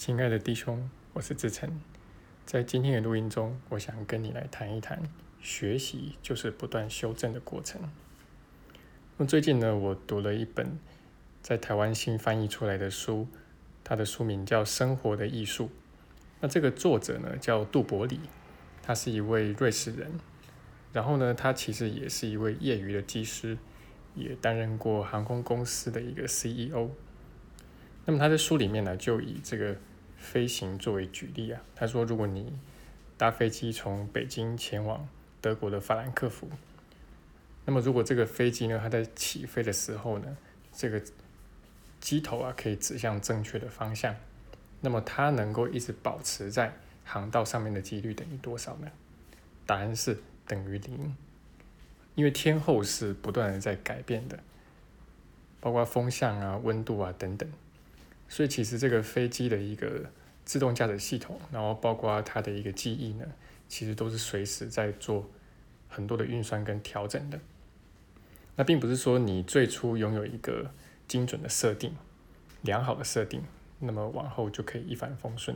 亲爱的弟兄，我是志成。在今天的录音中，我想跟你来谈一谈，学习就是不断修正的过程。那最近呢，我读了一本在台湾新翻译出来的书，它的书名叫《生活的艺术》。那这个作者呢叫杜伯里，他是一位瑞士人。然后呢，他其实也是一位业余的机师，也担任过航空公司的一个 CEO。那么他在书里面呢，就以这个飞行作为举例啊。他说，如果你搭飞机从北京前往德国的法兰克福，那么如果这个飞机呢，它在起飞的时候呢，这个机头啊可以指向正确的方向，那么它能够一直保持在航道上面的几率等于多少呢？答案是等于0，因为天候是不断的在改变的，包括风向啊、温度啊等等。所以其实这个飞机的一个自动驾驶系统，然后包括它的一个记忆呢，其实都是随时在做很多的运算跟调整的。那并不是说你最初拥有一个精准的设定、良好的设定，那么往后就可以一帆风顺。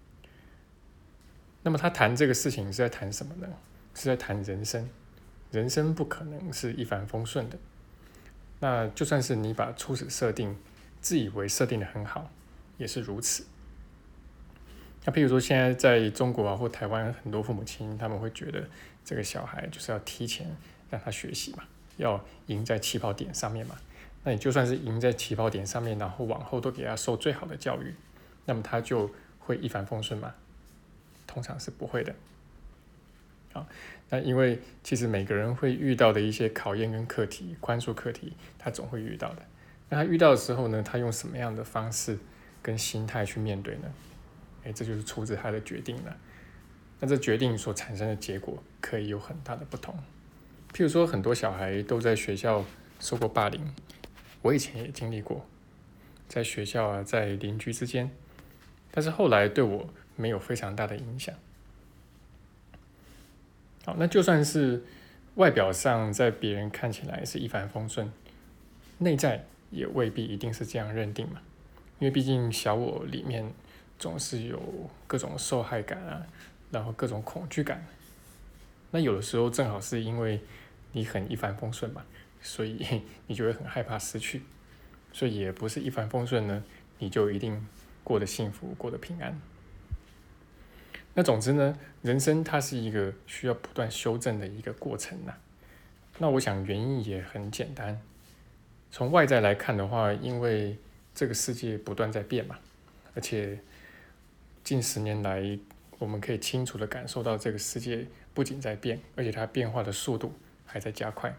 那么他谈这个事情是在谈什么呢？是在谈人生。人生不可能是一帆风顺的。那就算是你把初始设定自以为设定的很好，也是如此。那譬如说现在在中国啊或台湾，很多父母亲他们会觉得这个小孩就是要提前让他学习嘛，要赢在起跑点上面嘛。那你就算是赢在起跑点上面，然后往后都给他受最好的教育，那么他就会一帆风顺吗？通常是不会的。好，那因为其实每个人会遇到的一些考验跟课题、宽恕课题，他总会遇到的。那他遇到的时候呢，他用什么样的方式跟心态去面对呢？这就是出自他的决定了。那这决定所产生的结果可以有很大的不同。譬如说，很多小孩都在学校受过霸凌，我以前也经历过，在学校啊，在邻居之间，但是后来对我没有非常大的影响。好，那就算是外表上在别人看起来是一帆风顺，内在也未必一定是这样认定嘛。因为毕竟小我里面总是有各种受害感啊，然后各种恐惧感。那有的时候正好是因为你很一帆风顺嘛，所以你就会很害怕失去。所以也不是一帆风顺呢，你就一定过得幸福、过得平安。那总之呢，人生它是一个需要不断修正的一个过程啊。那我想原因也很简单，从外在来看的话，因为这个世界不断在变嘛，而且近10年来，我们可以清楚地感受到这个世界不仅在变，而且它变化的速度还在加快。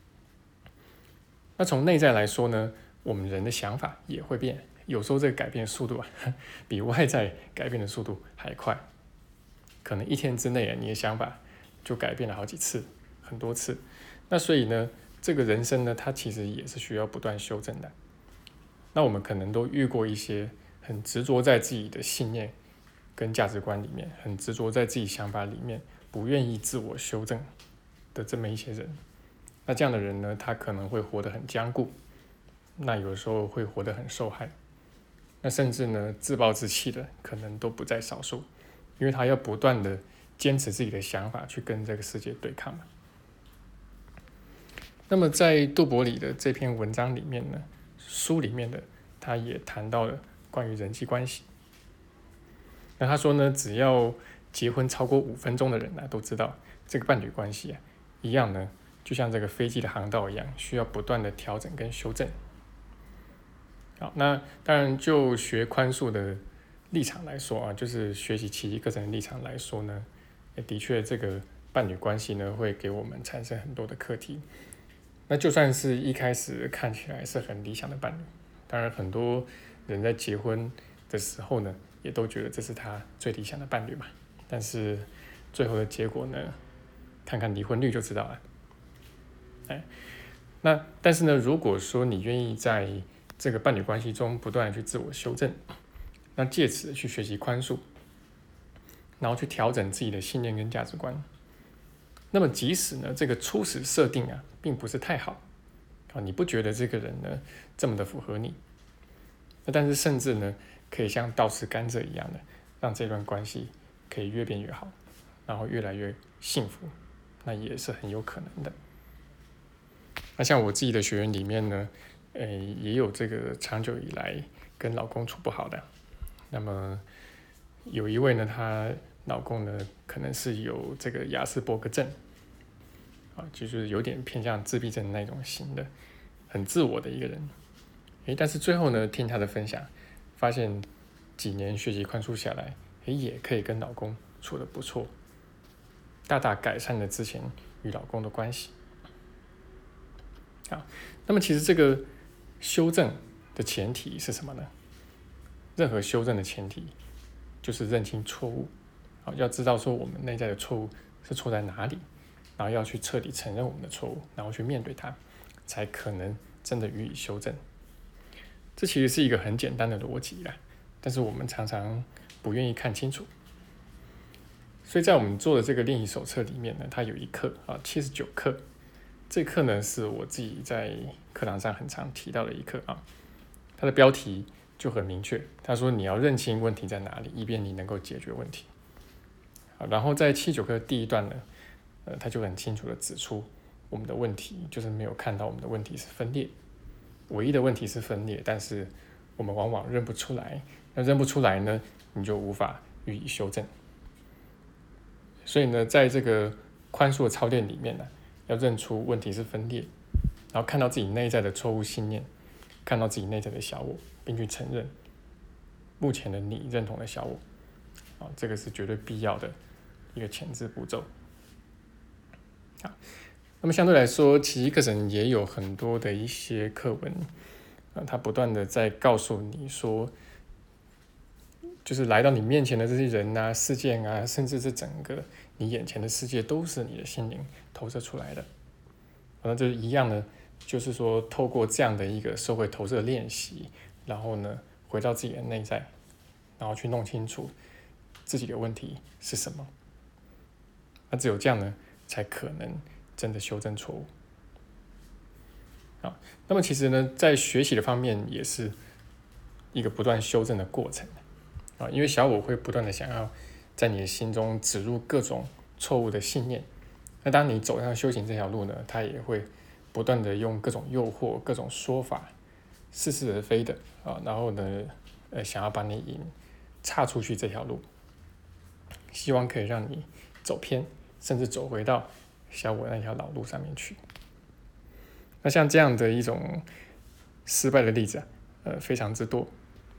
那从内在来说呢，我们人的想法也会变，有时候这个改变速度啊，比外在改变的速度还快。可能1天之内你的想法就改变了好几次，很多次。那所以呢，这个人生呢，它其实也是需要不断修正的。那我们可能都遇过一些很执着在自己的信念跟价值观里面，很执着在自己想法里面，不愿意自我修正的这么一些人。那这样的人呢，他可能会活得很僵固，那有时候会活得很受害。那甚至呢，自暴自弃的可能都不在少数。因为他要不断的坚持自己的想法去跟这个世界对抗嘛。那么在杜伯里的这篇文章里面呢，书里面的他也谈到了关于人际关系。那他说呢，只要结婚超过5分钟的人呢，都知道这个伴侣关系啊，一样呢，就像这个飞机的航道一样，需要不断的调整跟修正。好，那当然就学宽恕的立场来说啊，就是学习奇迹课程的立场来说呢，的确这个伴侣关系呢会给我们产生很多的课题。那就算是一开始看起来是很理想的伴侣，当然很多人在结婚的时候呢，也都觉得这是他最理想的伴侣嘛。但是最后的结果呢，看看离婚率就知道了。那但是呢，如果说你愿意在这个伴侣关系中不断的去自我修正，那借此去学习宽恕，然后去调整自己的信念跟价值观。那么即使呢这个初始设定啊并不是太好，你不觉得这个人呢这么的符合你，那但是甚至呢可以像倒吃甘蔗一样的，让这段关系可以越变越好，然后越来越幸福，那也是很有可能的。那像我自己的学员里面呢，也有这个长久以来跟老公处不好的。那么有一位呢，她老公呢可能是有这个亚斯伯格症，就是有点偏向自闭症那种型的，很自我的一个人。但是最后呢，听她的分享，发现几年学习宽恕下来，也可以跟老公处得不错，大大改善了之前与老公的关系。好，那么其实这个修正的前提是什么呢？任何修正的前提就是认清错误，要知道说我们内在的错误是错在哪里，然后要去彻底承认我们的错误，然后去面对它，才可能真的予以修正。这其实是一个很简单的逻辑啦，但是我们常常不愿意看清楚。所以在我们做的这个练习手册里面呢，它有一课79课，这课呢是我自己在课堂上很常提到的一课啊。它的标题就很明确，他说你要认清问题在哪里，以便你能够解决问题。然后在79课第一段呢，他就很清楚的指出，我们的问题就是没有看到我们的问题是分裂，唯一的问题是分裂，但是我们往往认不出来。那认不出来呢，你就无法予以修正。所以呢，在这个宽恕的操练里面呢，要认出问题是分裂，然后看到自己内在的错误信念，看到自己内在的小我，并去承认目前的你认同的小我，这个是绝对必要的一个前置步骤。好，那么相对来说，奇迹课程也有很多的一些课文，它不断的在告诉你说，就是来到你面前的这些人啊、事件啊，甚至是整个你眼前的世界，都是你的心灵投射出来的。那这一样呢，就是说透过这样的一个社会投射练习，然后呢回到自己的内在，然后去弄清楚自己的问题是什么。那只有这样呢，才可能真的修正错误。好，那么其实呢，在学习的方面也是一个不断修正的过程。因为小我会不断的想要在你的心中植入各种错误的信念。那当你走上修行这条路呢，它也会不断的用各种诱惑、各种说法，似是而非的然后呢，想要把你引岔出去这条路，希望可以让你走偏，甚至走回到小我那条老路上面去。那像这样的一种失败的例子非常之多。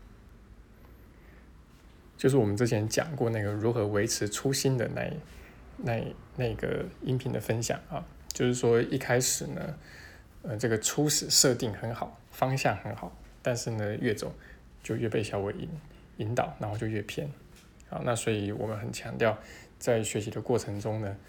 就是我们之前讲过那个如何维持初心的那个音频的分享就是说一开始呢，这个初始设定很好，方向很好，但是呢越走就越被小我引导，然后就越偏。那所以我们很强调，在学习的过程中呢，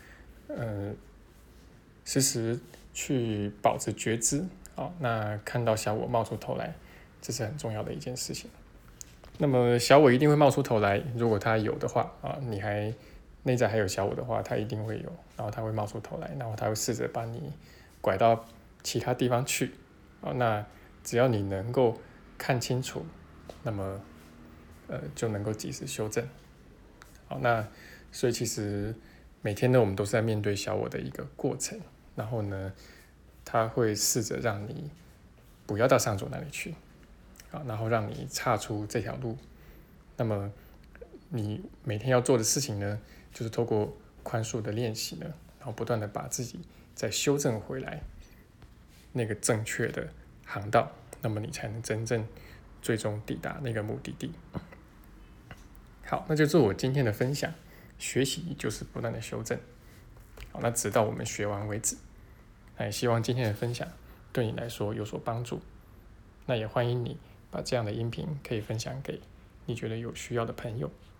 时时去保持觉知那看到小我冒出头来，这是很重要的一件事情。那么小我一定会冒出头来，如果他有的话你还内在还有小我的话，他一定会有，然后他会冒出头来，然后他会试着把你拐到其他地方去那只要你能够看清楚，那么就能够及时修正。那所以其实每天呢，我们都是在面对小我的一个过程，然后呢，他会试着让你不要到上主那里去然后让你岔出这条路。那么你每天要做的事情呢，就是透过宽恕的练习呢，然后不断的把自己再修正回来那个正确的航道，那么你才能真正最终抵达那个目的地。好，那就是我今天的分享。学习就是不断的修正，那直到我们学完为止。那也希望今天的分享对你来说有所帮助。那也欢迎你把这样的音频可以分享给你觉得有需要的朋友。